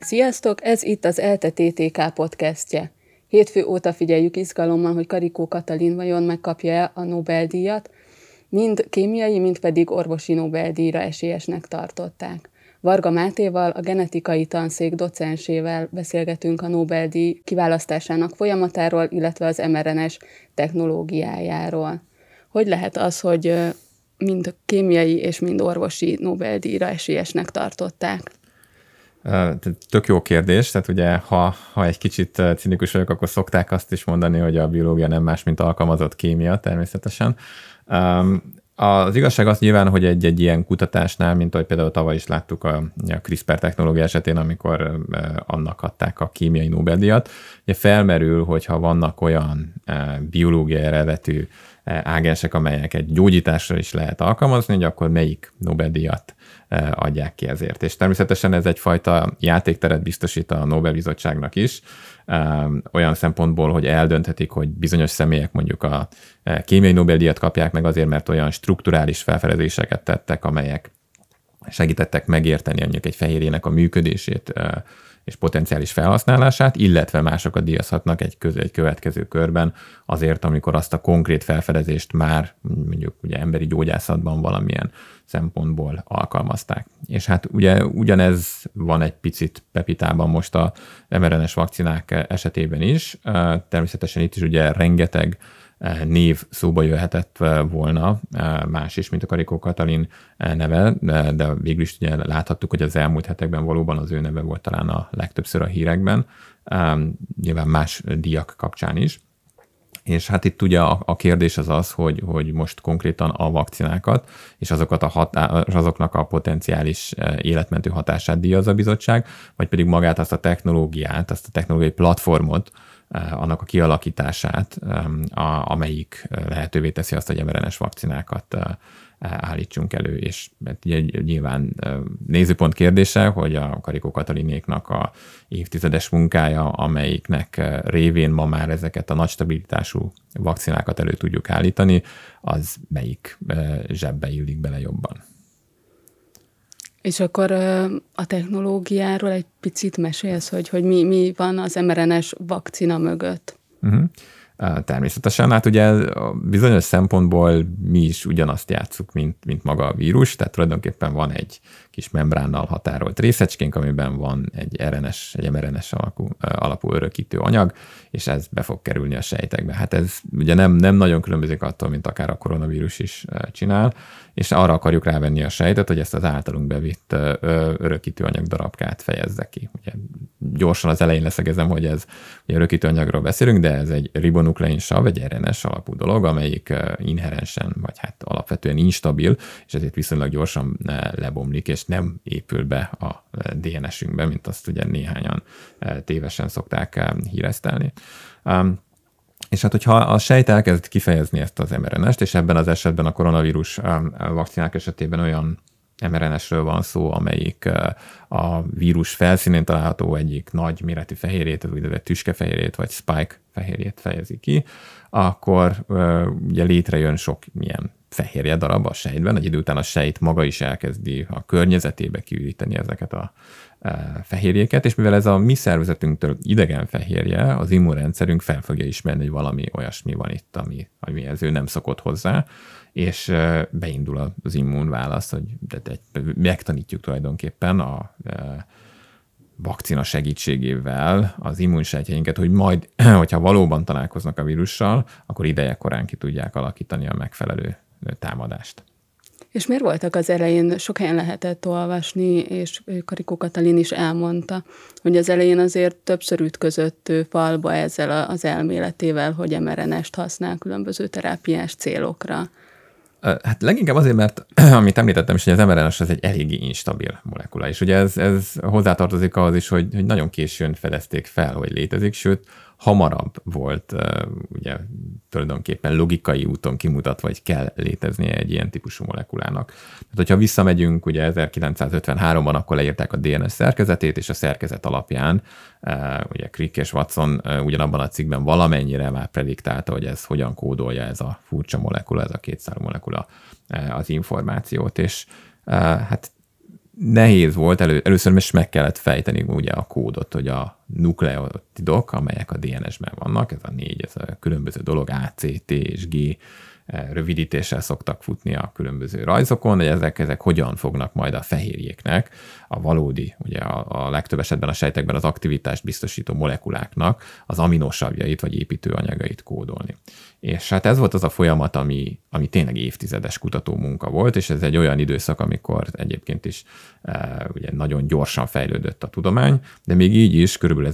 Sziasztok, ez itt az ELTE TTK podcastje. Hétfő óta figyeljük izgalommal, hogy Karikó Katalin vajon megkapja-e a Nobel-díjat, mind kémiai, mind pedig orvosi Nobel-díjra esélyesnek tartották. Varga Mátéval, a genetikai tanszék docensével beszélgetünk a Nobel-díj kiválasztásának folyamatáról, illetve az mRNA-s technológiájáról. Hogy lehet az, hogy mind kémiai és mind orvosi Nobel-díjra esélyesnek tartották? Tök jó kérdés, tehát ugye ha egy kicsit cinikus vagyok, akkor szokták azt is mondani, hogy a biológia nem más, mint alkalmazott kémia természetesen. Az igazság az nyilván, hogy egy ilyen kutatásnál, mint ahogy például tavaly is láttuk a CRISPR technológia esetén, amikor annak adták a kémiai Nobel-díjat, ugye felmerül, hogyha vannak olyan biológiai eredetű ágensek, amelyeket gyógyításra is lehet alkalmazni, hogy akkor melyik Nobel-díjat adják ki ezért. És természetesen ez egyfajta játékteret biztosít a Nobel-bizottságnak is, olyan szempontból, hogy eldönthetik, hogy bizonyos személyek mondjuk a kémiai Nobel-díjat kapják meg azért, mert olyan strukturális felfedezéseket tettek, amelyek segítettek megérteni mondjuk egy fehérjének a működését és potenciális felhasználását, illetve másokat díjazhatnak egy következő körben azért, amikor azt a konkrét felfedezést már mondjuk ugye emberi gyógyászatban valamilyen szempontból alkalmazták. És hát ugye ugyanez van egy picit pepitában most a mRNA-s vakcinák esetében is. Természetesen itt is ugye rengeteg név szóba jöhetett volna, más is, mint a Karikó Katalin neve, de végül is ugye láthattuk, hogy az elmúlt hetekben valóban az ő neve volt talán a legtöbbször a hírekben, nyilván más díjak kapcsán is. És hát itt ugye a kérdés az, hogy most konkrétan a vakcinákat és azoknak a potenciális életmentő hatását díjaz a bizottság, vagy pedig magát azt a technológiát, azt a technológiai platformot, annak a kialakítását, amelyik lehetővé teszi azt, hogy mRNA-s vakcinákat állítsunk elő. És nyilván nézőpont kérdése, hogy a Karikó Katalinéknak a évtizedes munkája, amelyiknek révén ma már ezeket a nagy stabilitású vakcinákat elő tudjuk állítani, az melyik zsebbe illik bele jobban. És akkor a technológiáról egy picit mesélsz, hogy mi van az mRNA-s vakcina mögött? Természetesen, hát ugye bizonyos szempontból mi is ugyanazt játsszuk, mint maga a vírus, tehát tulajdonképpen van egy kis membránnal határolt részecskénk, amiben van egy mRNA-s alapú örökítő anyag, és ez be fog kerülni a sejtekbe. Hát ez ugye nem nagyon különbözik attól, mint akár a koronavírus is csinál, és arra akarjuk rávenni a sejtet, hogy ezt az általunk bevitt örökítő anyag darabkát fejezze ki. Ugye gyorsan az elején leszögezem, hogy ez ugye örökítő anyagról beszélünk, de ez egy ribonuklein-sav, egy RNS alapú dolog, amelyik inherensen, vagy hát alapvetően instabil, és ezért viszonylag gyorsan lebomlik, és nem épül be a DNS-ünkbe, mint azt ugye néhányan tévesen szokták híresztelni. És hát, hogyha a sejt elkezd kifejezni ezt az mRNA-st, és ebben az esetben a koronavírus vakcinák esetében olyan mRNA-sről van szó, amelyik a vírus felszínén található egyik nagy méretű fehérjét, az úgynevezett tüskefehérjét, vagy spike fehérjét fejezi ki, akkor ugye létrejön sok ilyen fehérje darab a sejtben, egy idő után a sejt maga is elkezdi a környezetébe kiüríteni ezeket a fehérjéket, és mivel ez a mi szervezetünktől idegen fehérje, az immunrendszerünk fel fogja ismerni, hogy valami olyasmi van itt, amihez ő nem szokott hozzá, és beindul az immunválasz, hogy megtanítjuk tulajdonképpen a vakcina segítségével az immunsejtjeinket, hogy majd, hogyha valóban találkoznak a vírussal, akkor idejekorán ki tudják alakítani a megfelelő támadást. És miért voltak az elején, sok helyen lehetett olvasni, és Karikó Katalin is elmondta, hogy az elején azért többször ütközött falba ezzel az elméletével, hogy mRNA-st használ különböző terápiás célokra. Hát leginkább azért, mert amit említettem is, hogy az mRNA-s az egy eléggé instabil molekula, és ugye ez hozzátartozik ahhoz is, hogy nagyon későn fedezték fel, hogy létezik, sőt, hamarabb volt ugye tulajdonképpen logikai úton kimutatva, hogy kell léteznie egy ilyen típusú molekulának. Tehát, hogyha visszamegyünk, ugye 1953-ban akkor leírták a DNS szerkezetét, és a szerkezet alapján ugye Crick és Watson ugyanabban a cikkben valamennyire már prediktálta, hogy ez hogyan kódolja ez a furcsa molekula, ez a kétszárú molekula az információt, és hát nehéz volt, először is meg kellett fejteni ugye a kódot, hogy a nukleotidok, amelyek a DNS-ben vannak, ez a 4, ez a különböző dolog, A, C, T és G rövidítéssel szoktak futni a különböző rajzokon, hogy ezek hogyan fognak majd a fehérjéknek, a valódi, ugye a legtöbb esetben a sejtekben az aktivitást biztosító molekuláknak az aminosavjait vagy építőanyagait kódolni. És hát ez volt az a folyamat, ami tényleg évtizedes kutató munka volt, és ez egy olyan időszak, amikor egyébként is ugye nagyon gyorsan fejlődött a tudomány, de még így is körülbelül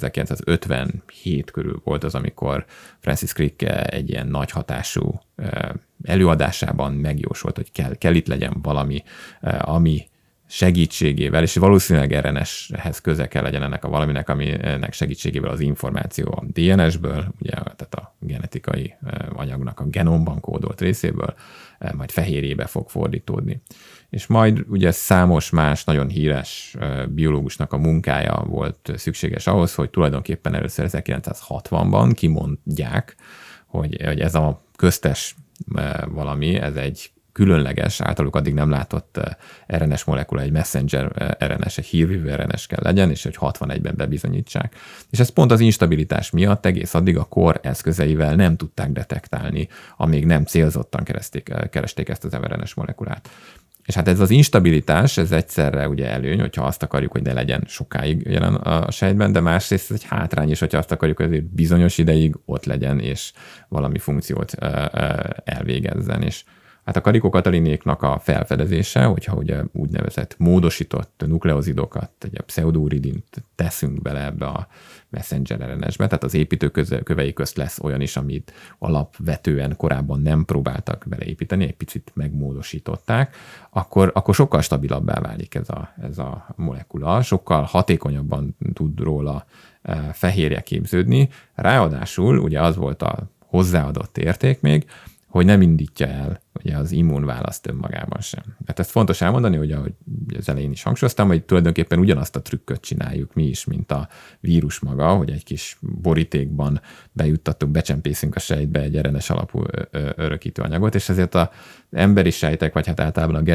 1957 körül volt az, amikor Francis Crick egy ilyen nagy hatású előadásában megjósolt, hogy kell itt legyen valami, ami segítségével, és valószínűleg RNS-hez köze kell legyen ennek a valaminek, aminek segítségével az információ a DNS-ből, ugye, tehát a genetikai anyagnak a genomban kódolt részéből, majd fehérjébe fog fordítódni. És majd ugye számos más nagyon híres biológusnak a munkája volt szükséges ahhoz, hogy tulajdonképpen először 1960-ban kimondják, hogy ez a köztes valami, ez egy különleges, általuk addig nem látott RNS molekula, egy messenger RNS, egy hírvívő RNS kell legyen, és hogy 61-ben bebizonyítsák. És ez pont az instabilitás miatt egész addig a kor eszközeivel nem tudták detektálni, amíg nem célzottan keresték ezt az RNS molekulát. És hát ez az instabilitás, ez egyszerre ugye előny, hogyha azt akarjuk, hogy ne legyen sokáig jelen a sejtben, de másrészt ez egy hátrány is, hogyha azt akarjuk, hogy azért bizonyos ideig ott legyen, és valami funkciót elvégezzen. És hát a Karikó-Katalinéknak a felfedezése, hogyha ugye úgynevezett módosított nukleozidokat, egy pseudouridint teszünk bele ebbe a messenger RNS-be, tehát az építőkövei közt lesz olyan is, amit alapvetően korábban nem próbáltak beleépíteni, egy picit megmódosították, akkor sokkal stabilabbá válik ez a molekula, sokkal hatékonyabban tud róla fehérje képződni. Ráadásul ugye az volt a hozzáadott érték még, hogy nem indítja el ugye az immunválaszt önmagában sem. Hát ezt fontos elmondani, hogy ahogy az elején is hangsúlyoztam, hogy tulajdonképpen ugyanazt a trükköt csináljuk mi is, mint a vírus maga, hogy egy kis borítékban bejuttattuk, becsempészünk a sejtbe egy RNS alapú örökítőanyagot, és ezért az emberi sejtek, vagy hát általában a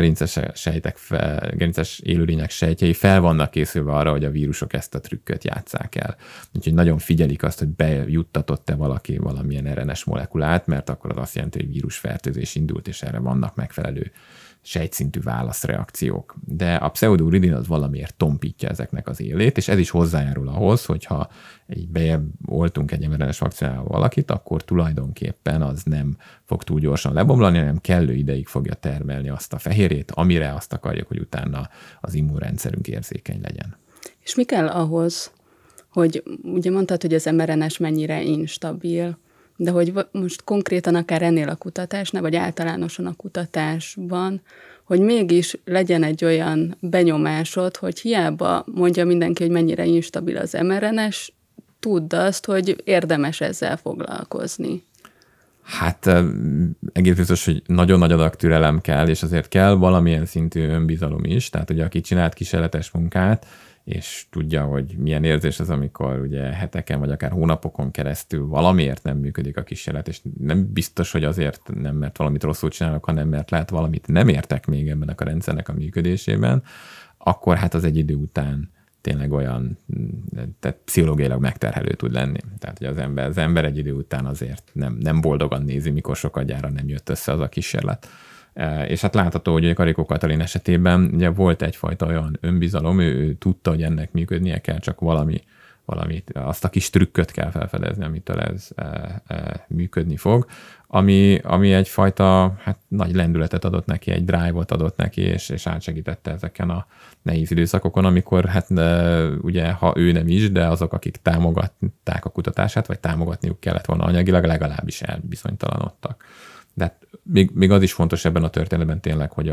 gerinces élőlények sejtjei fel vannak készülve arra, hogy a vírusok ezt a trükköt játsszák el. Úgyhogy nagyon figyelik azt, hogy bejuttatott-e valaki valamilyen RNS molekulát, mert akkor az azt jelenti, hogy vírusfertőzés indult, és erre vannak megfelelő sejtszintű válaszreakciók. De a pseudouridin az valamiért tompítja ezeknek az élét, és ez is hozzájárul ahhoz, hogyha egy bejebb oltunk egy RNS vakcinával valakit, akkor tulajdonképpen az nem fog túl gyorsan lebomlani, hanem kellő ideig fogja termelni azt a fehérjét, amire azt akarjuk, hogy utána az immunrendszerünk érzékeny legyen. És mi kell ahhoz, hogy ugye mondtad, hogy az mRNS mennyire instabil, de hogy most konkrétan akár ennél a kutatásnál, vagy általánosan a kutatásban, hogy mégis legyen egy olyan benyomásod, hogy hiába mondja mindenki, hogy mennyire instabil az mRNS, tudd azt, hogy érdemes ezzel foglalkozni. Hát egész biztos, hogy nagyon nagy adag türelem kell, és azért kell valamilyen szintű önbizalom is, tehát ugye aki csinált kísérletes munkát, és tudja, hogy milyen érzés az, amikor ugye heteken vagy akár hónapokon keresztül valamiért nem működik a kísérlet, és nem biztos, hogy azért nem, mert valamit rosszul csinálok, hanem mert lehet valamit nem értek még ebben a rendszernek a működésében, akkor hát az egy idő után tényleg olyan, tehát pszichológiailag megterhelő tud lenni. Tehát, hogy az ember egy idő után azért nem boldogan nézi, mikor sokadjára nem jött össze az a kísérlet. És hát látható, hogy a Karikó-Katalin esetében ugye volt egyfajta olyan önbizalom, ő tudta, hogy ennek működnie kell, csak valamit, azt a kis trükköt kell felfedezni, amitől ez működni fog, ami egyfajta hát, nagy lendületet adott neki, egy drive-ot adott neki, és átsegítette ezeken a nehéz időszakokon, amikor hát ugye, ha ő nem is, de azok, akik támogatták a kutatását, vagy támogatniuk kellett volna anyagilag, legalábbis elbizonytalanodtak. De még az is fontos ebben a történetben tényleg, hogy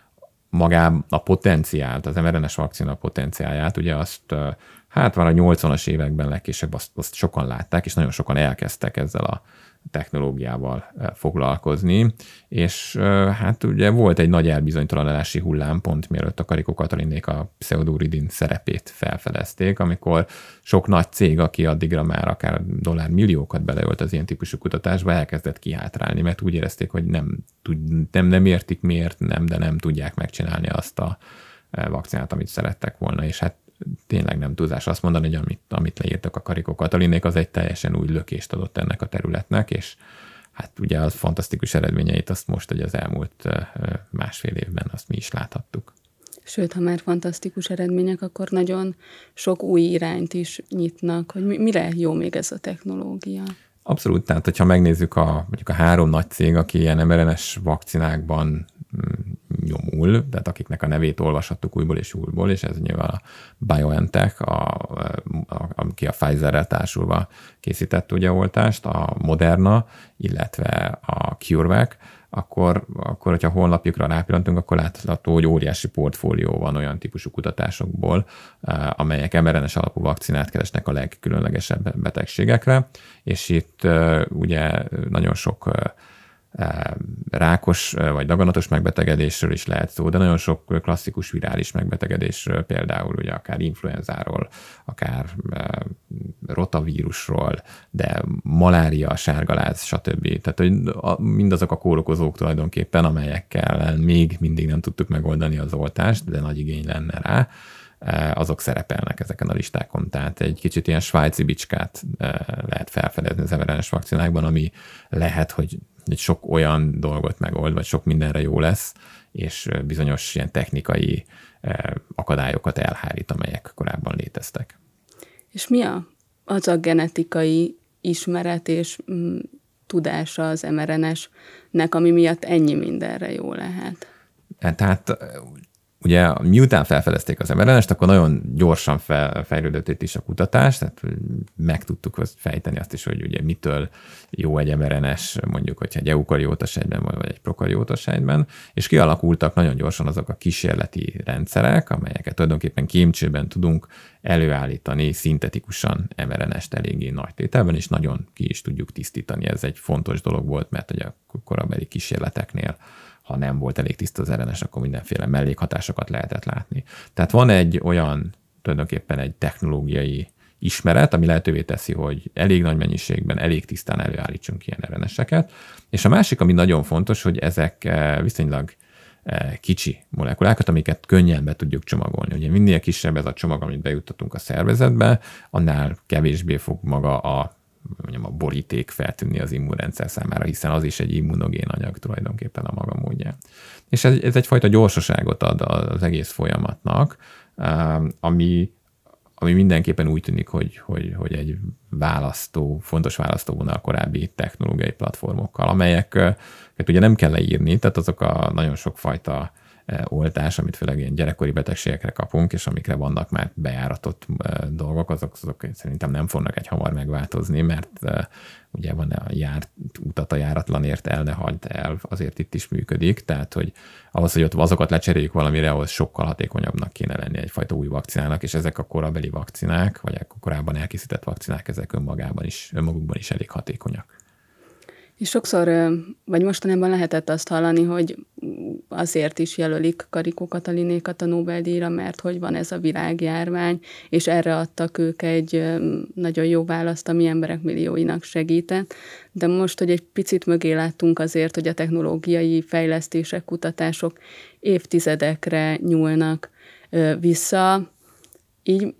a potenciált, az mRNS vakcina potenciáját, ugye azt hát már a 80-as években legkésőbb azt sokan látták, és nagyon sokan elkezdtek ezzel a technológiával foglalkozni, és hát ugye volt egy nagy elbizonytalanodási hullám pont mielőtt a Karikó-Katalinék a pseudouridin szerepét felfedezték, amikor sok nagy cég, aki addigra már akár dollármilliókat beleölt az ilyen típusú kutatásba, elkezdett kihátrálni, mert úgy érezték, hogy nem értik miért, de nem tudják megcsinálni azt a vakcinát, amit szerettek volna, és hát tényleg nem túlzás azt mondani, hogy amit leírtak a Karikó Katalinék, az egy teljesen új lökést adott ennek a területnek, és hát ugye az fantasztikus eredményeit azt most, hogy az elmúlt másfél évben azt mi is láthattuk. Sőt, ha már fantasztikus eredmények, akkor nagyon sok új irányt is nyitnak, hogy mire jó még ez a technológia. Abszolút, tehát hogyha megnézzük mondjuk a 3 nagy cég, aki ilyen mRNA-s vakcinákban nyomul, tehát akiknek a nevét olvashattuk újból és újból, és ez nyilván a BioNTech, aki a Pfizerrel társulva készített ugye oltást, a Moderna, illetve a CureVac, akkor hogyha a honlapjukra rápillantunk, akkor látható, hogy óriási portfólió van olyan típusú kutatásokból, amelyek mRNA-s alapú vakcinát keresnek a legkülönlegesebb betegségekre, és itt ugye nagyon sok rákos vagy daganatos megbetegedésről is lehet szó, de nagyon sok klasszikus virális megbetegedésről, például ugye akár influenzáról, akár rotavírusról, de malária, sárgaláz, stb. Tehát hogy mindazok a kórokozók tulajdonképpen, amelyekkel még mindig nem tudtuk megoldani az oltást, de nagy igény lenne rá, azok szerepelnek ezeken a listákon. Tehát egy kicsit ilyen svájci bicskát lehet felfedezni az mRNA-s vakcinákban, ami lehet, hogy sok olyan dolgot megold, vagy sok mindenre jó lesz, és bizonyos ilyen technikai akadályokat elhárít, amelyek korábban léteztek. És mi az a genetikai ismeret és tudása az mRNA-snek, ami miatt ennyi mindenre jó lehet? Tehát ugye miután felfedezték az mRNA-st, akkor nagyon gyorsan fejlődött itt is a kutatás, tehát meg tudtuk fejteni azt is, hogy ugye mitől jó egy mRNA-s, mondjuk, hogyha egy eukarióta sejtben vagy egy prokarióta sejtben, és kialakultak nagyon gyorsan azok a kísérleti rendszerek, amelyeket tulajdonképpen kémcsőben tudunk előállítani szintetikusan mRNA-st eléggé nagy tételben, és nagyon ki is tudjuk tisztítani. Ez egy fontos dolog volt, mert ugye a korabeli kísérleteknél ha nem volt elég tiszta az RNS, akkor mindenféle mellékhatásokat lehetett látni. Tehát van egy olyan, tulajdonképpen egy technológiai ismeret, ami lehetővé teszi, hogy elég nagy mennyiségben, elég tisztán előállítsunk ilyen RNS-eket. És a másik, ami nagyon fontos, hogy ezek viszonylag kicsi molekulákat, amiket könnyen be tudjuk csomagolni. Ugye minél kisebb ez a csomag, amit bejuttatunk a szervezetbe, annál kevésbé fog maga a boríték feltűnni az immunrendszer számára, hiszen az is egy immunogén anyag tulajdonképpen a maga módján. És ez egyfajta gyorsaságot ad az egész folyamatnak, ami mindenképpen úgy tűnik, hogy egy fontos választóvonal korábbi technológiai platformokkal, amelyeket ugye nem kell leírni, tehát azok a nagyon sokfajta oltás, amit főleg ilyen gyerekkori betegségekre kapunk, és amikre vannak már bejáratott dolgok, azok szerintem nem fognak hamar megváltozni, mert ugye van a utat a járatlanért el, ne hagyd el, azért itt is működik, tehát hogy ahhoz, hogy ott azokat lecseréljük valamire, ahhoz sokkal hatékonyabbnak kéne lenni egyfajta új vakcinának, és ezek a korabeli vakcinák, vagy a korábban elkészített vakcinák, ezek önmagukban is elég hatékonyak. És sokszor, vagy mostanában lehetett azt hallani, hogy azért is jelölik Karikó Katalinékat a Nobel-díjra, mert hogy van ez a világjárvány, és erre adtak ők egy nagyon jó választ, ami emberek millióinak segített. De most, hogy egy picit mögé láttunk azért, hogy a technológiai fejlesztések, kutatások évtizedekre nyúlnak vissza, így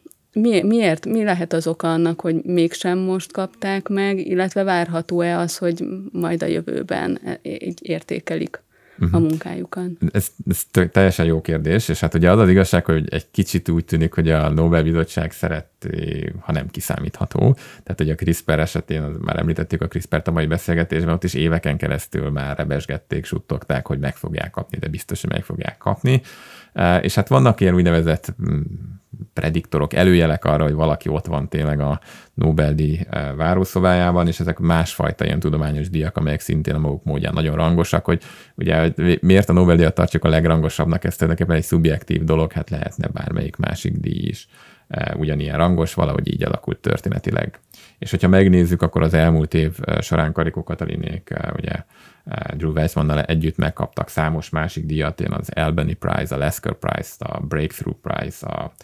mi lehet az oka annak, hogy mégsem most kapták meg, illetve várható-e az, hogy majd a jövőben így értékelik a munkájukat? Ez teljesen jó kérdés, és hát ugye az az igazság, hogy egy kicsit úgy tűnik, hogy a Nobel-bizottság szereti, ha nem kiszámítható. Tehát, hogy a CRISPR esetén, már említettük a CRISPR-t a mai beszélgetésben, ott is éveken keresztül már rebesgették, suttogták, hogy meg fogják kapni, de biztos, hogy meg fogják kapni. És hát vannak ilyen úgynevezett prediktorok, előjelek arra, hogy valaki ott van tényleg a Nobel-díj várószobájában, és ezek másfajta ilyen tudományos díjak, amelyek szintén a maguk módján nagyon rangosak, hogy ugye miért a Nobel-díjat tartjuk a legrangosabbnak, ez tulajdonképpen egy szubjektív dolog, hát lehetne bármelyik másik díj is ugyanilyen rangos, valahogy így alakult történetileg. És hogyha megnézzük, akkor az elmúlt év során Karikó Katalinék, ugye Drew Weissmannal együtt megkaptak számos másik díjat, az Albany Prize, a Lasker Prize, a Breakthrough Prize,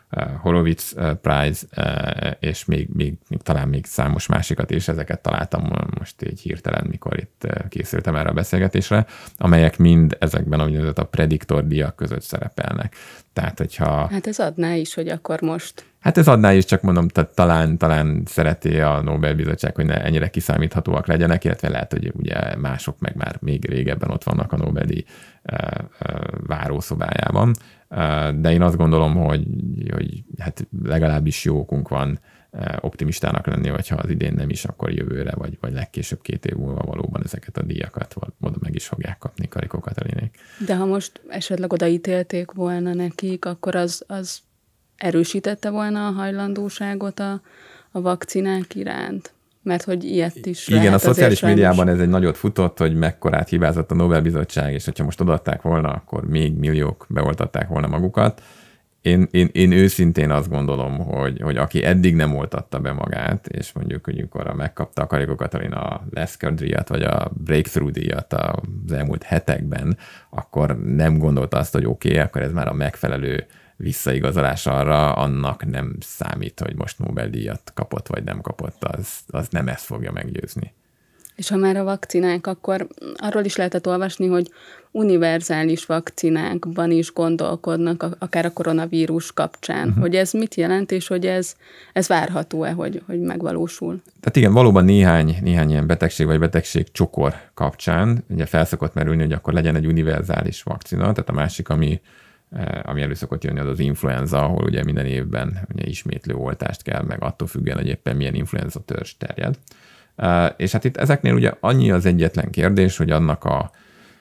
Horowitz Prize, és még talán még számos másikat is, ezeket találtam most így hirtelen, mikor itt készültem erre a beszélgetésre, amelyek mind ezekben a prediktor díjak között szerepelnek. Tehát, hogyha... Hát ez adná is, hogy akkor most... Hát ez adná is, csak mondom, tehát talán szereti a Nobel-bizottság, hogy ne ennyire kiszámíthatóak legyenek, illetve lehet, hogy ugye mások meg már még régebben ott vannak a Nobel-díj várószobájában. De én azt gondolom, hogy hát legalábbis jó okunk van optimistának lenni, vagy ha az idén nem is, akkor jövőre, vagy legkésőbb 2 év múlva valóban ezeket a díjakat oda meg is fogják kapni Karikó Katalinék. De ha most esetleg odaítélték volna nekik, akkor az erősítette volna a hajlandóságot a vakcinák iránt? Mert hogy ilyet is igen, a szociális médiában ez egy nagyot futott, hogy mekkorát hibázott a Nobel-bizottság, és hogyha most odaadták volna, akkor még milliók beoltatták volna magukat. Én őszintén azt gondolom, hogy aki eddig nem oltatta be magát, és mondjuk, hogy amikor megkapta a Karikó Katalin a Lasker díjat, vagy a Breakthrough díjat az elmúlt hetekben, akkor nem gondolta azt, hogy oké, akkor ez már a megfelelő visszaigazolás arra, annak nem számít, hogy most Nobel-díjat kapott, vagy nem kapott, az nem ezt fogja meggyőzni. És ha már a vakcinák, akkor arról is lehetett olvasni, hogy univerzális vakcinákban is gondolkodnak, akár a koronavírus kapcsán. Hogy ez mit jelent, és hogy ez várható-e, hogy megvalósul? Tehát igen, valóban néhány ilyen betegség vagy betegségcsokor kapcsán ugye felszokott merülni, hogy akkor legyen egy univerzális vakcina, tehát a másik, ami elő szokott jönni, az influenza, ahol ugye minden évben ugye ismétlő oltást kell, meg attól függően, hogy éppen milyen influenza törzs terjed. És hát itt ezeknél ugye annyi az egyetlen kérdés, hogy annak a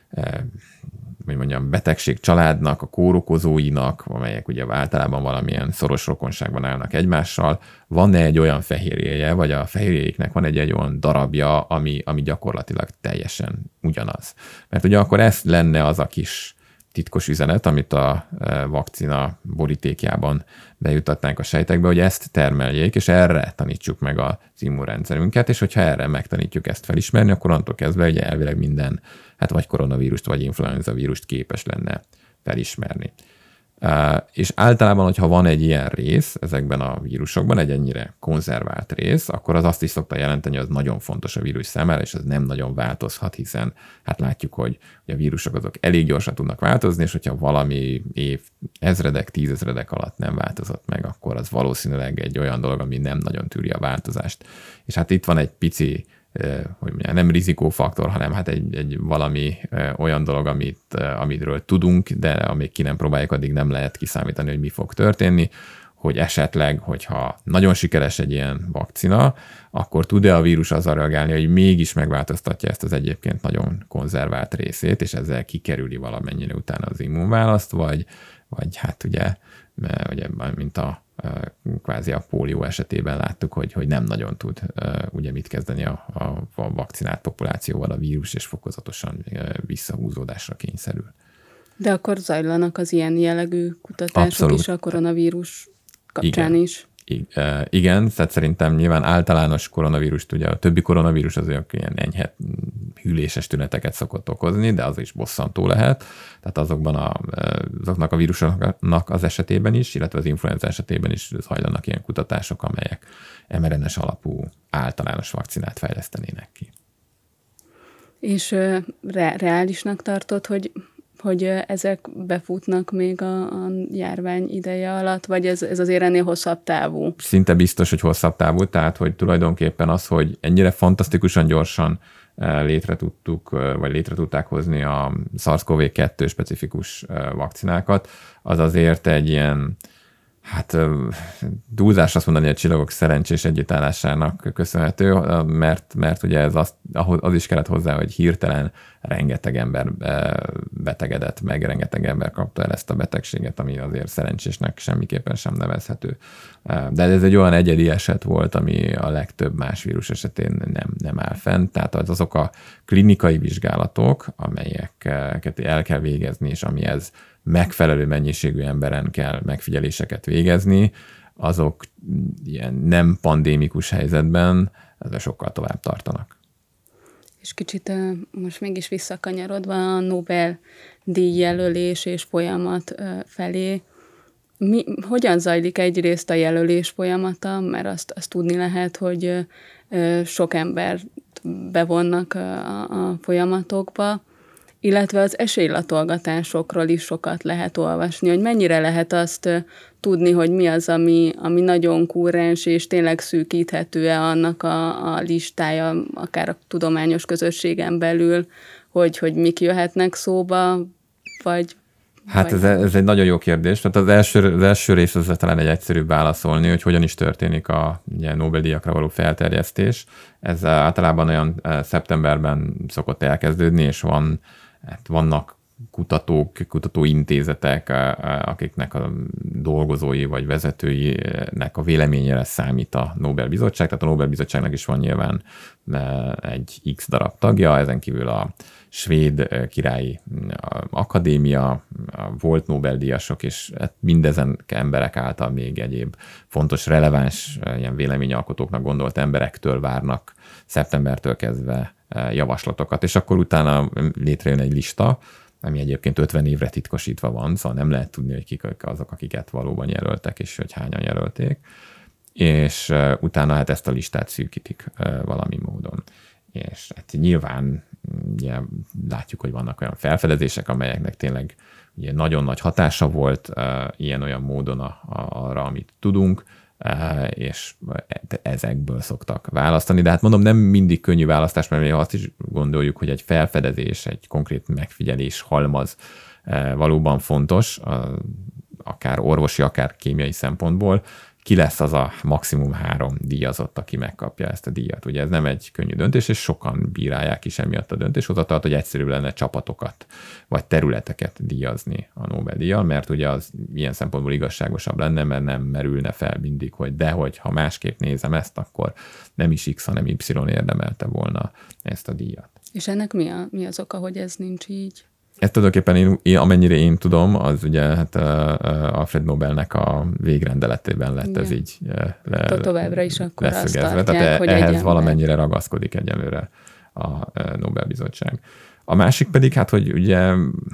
betegség családnak, a kórokozóinak, amelyek ugye általában valamilyen szoros rokonságban állnak egymással, van-e egy olyan fehérjéje, vagy a fehérjéknek van egy olyan darabja, ami gyakorlatilag teljesen ugyanaz. Mert ugye akkor ez lenne az a kis titkos üzenet, amit a vakcina borítékjában bejutatnánk a sejtekbe, hogy ezt termeljék, és erre tanítsuk meg az immunrendszerünket, és hogyha erre megtanítjuk ezt felismerni, akkor onnantól kezdve ugye elvileg minden, hát vagy koronavírust, vagy influenza vírust képes lenne felismerni. És általában, hogyha van egy ilyen rész ezekben a vírusokban, egy ennyire konzervált rész, akkor az azt is szokta jelenteni, hogy az nagyon fontos a vírus számára, és az nem nagyon változhat, hiszen hát látjuk, hogy a vírusok azok elég gyorsan tudnak változni, és hogyha valami ezredek, 10 000 alatt nem változott meg, akkor az valószínűleg egy olyan dolog, ami nem nagyon tűri a változást. És hát itt van egy pici, hogy mondjam, nem rizikófaktor, hanem hát egy valami olyan dolog, amitről tudunk, de amíg ki nem próbáljuk, addig nem lehet kiszámítani, hogy mi fog történni, hogy esetleg, hogyha nagyon sikeres egy ilyen vakcina, akkor tud-e a vírus azzal reagálni, hogy mégis megváltoztatja ezt az egyébként nagyon konzervált részét, és ezzel kikerüli valamennyire utána az immunválaszt, vagy hát ugye mint kvázi a pólió esetében láttuk, hogy nem nagyon tud ugye mit kezdeni a vakcinált populációval a vírus, és fokozatosan visszahúzódásra kényszerül. De akkor zajlanak az ilyen jellegű kutatások Abszolút. is a koronavírus kapcsán is. Igen, tehát szerintem nyilván általános koronavírust, ugye a többi koronavírus az ilyen enyhe hűléses tüneteket szokott okozni, de az is bosszantó lehet. Tehát azoknak a vírusoknak az esetében is, illetve az influenza esetében is zajlanak ilyen kutatások, amelyek mRNA-s alapú általános vakcinát fejlesztenének ki. És reálisnak tartod, hogy ezek befutnak még a járvány ideje alatt, vagy ez azért ennél hosszabb távú? Szinte biztos, hogy hosszabb távú, tehát hogy tulajdonképpen az, hogy ennyire fantasztikusan gyorsan létre tudták hozni a SARS-CoV-2 specifikus vakcinákat, az azért egy ilyen, hát túlzás azt mondani, hogy a csillagok szerencsés együttállásának köszönhető, mert ugye ez az is kellett hozzá, hogy hirtelen rengeteg ember betegedett meg, rengeteg ember kapta el ezt a betegséget, ami azért szerencsésnek semmiképpen sem nevezhető. De ez egy olyan egyedi eset volt, ami a legtöbb más vírus esetén nem áll fent, tehát azok a klinikai vizsgálatok, amelyeket el kell végezni, és amihez megfelelő mennyiségű emberen kell megfigyeléseket végezni, azok ilyen nem pandémikus helyzetben sokkal tovább tartanak. És kicsit most mégis visszakanyarodva a Nobel-díj jelölés és folyamat felé, Hogyan zajlik egyrészt a jelölés folyamata, mert azt tudni lehet, hogy sok embert bevonnak a folyamatokba, illetve az esélylatolgatásokról is sokat lehet olvasni, hogy mennyire lehet azt tudni, hogy mi az, ami nagyon kurrens, és tényleg szűkíthető-e annak a listája, akár a tudományos közösségen belül, hogy mik jöhetnek szóba, vagy... Hát ez egy nagyon jó kérdés. Tehát az első rész az talán egy egyszerűbb válaszolni, hogy hogyan is történik a Nobel-díjakra való felterjesztés. Ez általában olyan szeptemberben szokott elkezdődni, és vannak kutatóintézetek, akiknek a dolgozói vagy vezetőinek a véleményére számít a Nobel-bizottság. Tehát a Nobel-bizottságnak is van nyilván egy X darab tagja, ezen kívül a Svéd Királyi Akadémia, volt Nobel-díjasok, és mindezen emberek által még egyéb fontos, releváns ilyen véleményalkotóknak gondolt emberektől várnak szeptembertől kezdve javaslatokat, és akkor utána létrejön egy lista, ami egyébként 50 évre titkosítva van, szóval nem lehet tudni, hogy kik azok, akiket valóban jelöltek, és hogy hányan jelölték, és utána hát ezt a listát szűkítik valami módon. És hát nyilván ugye, látjuk, hogy vannak olyan felfedezések, amelyeknek tényleg ugye, nagyon nagy hatása volt ilyen-olyan módon arra, amit tudunk, és ezekből szoktak választani. De hát mondom, nem mindig könnyű választás, mert azt is gondoljuk, hogy egy felfedezés, egy konkrét megfigyelés halmaz valóban fontos, akár orvosi, akár kémiai szempontból. Ki lesz az a maximum 3 díjazott, aki megkapja ezt a díjat. Ugye ez nem egy könnyű döntés, és sokan bírálják is emiatt a döntéshozatalt, hogy egyszerűbb lenne csapatokat vagy területeket díjazni a Nobel-díjjal, mert ugye az ilyen szempontból igazságosabb lenne, mert nem merülne fel mindig, hogy ha másképp nézem ezt, akkor nem is X, hanem Y érdemelte volna ezt a díjat. És ennek mi az oka, hogy ez nincs így? Ezt tulajdonképpen amennyire én tudom, az ugye hát Alfred Nobelnek a végrendeletében lett igen. Ez így továbbra is akkor leszögezve. Azt tartják, tehát hogy ehhez valamennyire ragaszkodik egyelőre a Nobel-bizottság. A másik pedig hát, hogy ugye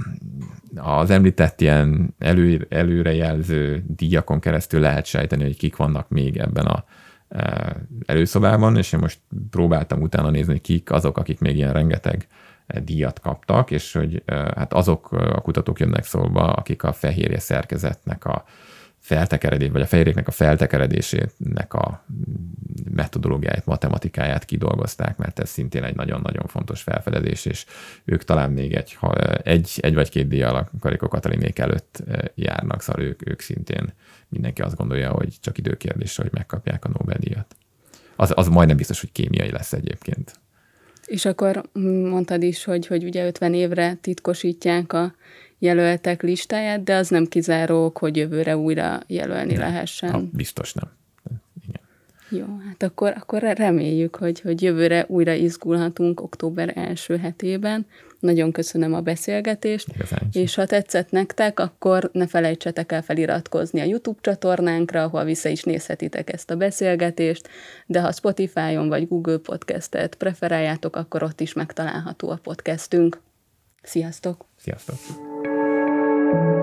az említett ilyen előrejelző díjakon keresztül lehet sejteni, hogy kik vannak még ebben a előszobában, és én most próbáltam utána nézni, hogy kik azok, akik még ilyen rengeteg díjat kaptak, és hogy hát azok a kutatók jönnek szóba, akik a fehérje szerkezetnek a feltekeredés, vagy a fehérjéknek a feltekeredésének a metodológiáját, matematikáját kidolgozták, mert ez szintén egy nagyon-nagyon fontos felfedezés, és ők talán még egy vagy 2 díjjal a Karikó Katalinék előtt járnak, szóval ők szintén mindenki azt gondolja, hogy csak időkérdés, hogy megkapják a Nobel-díjat. Az majdnem biztos, hogy kémiai lesz egyébként. És akkor mondtad is, hogy ugye 50 évre titkosítják a jelöltek listáját, de az nem kizáró, hogy jövőre újra jelölni lehessen. Biztos nem. Igen. Jó, hát akkor reméljük, hogy jövőre újra izgulhatunk október első hetében. Nagyon köszönöm a beszélgetést, és ha tetszett nektek, akkor ne felejtsetek el feliratkozni a YouTube csatornánkra, ahol vissza is nézhetitek ezt a beszélgetést, de ha Spotify-on vagy Google Podcastet preferáljátok, akkor ott is megtalálható a podcastünk. Sziasztok! Sziasztok!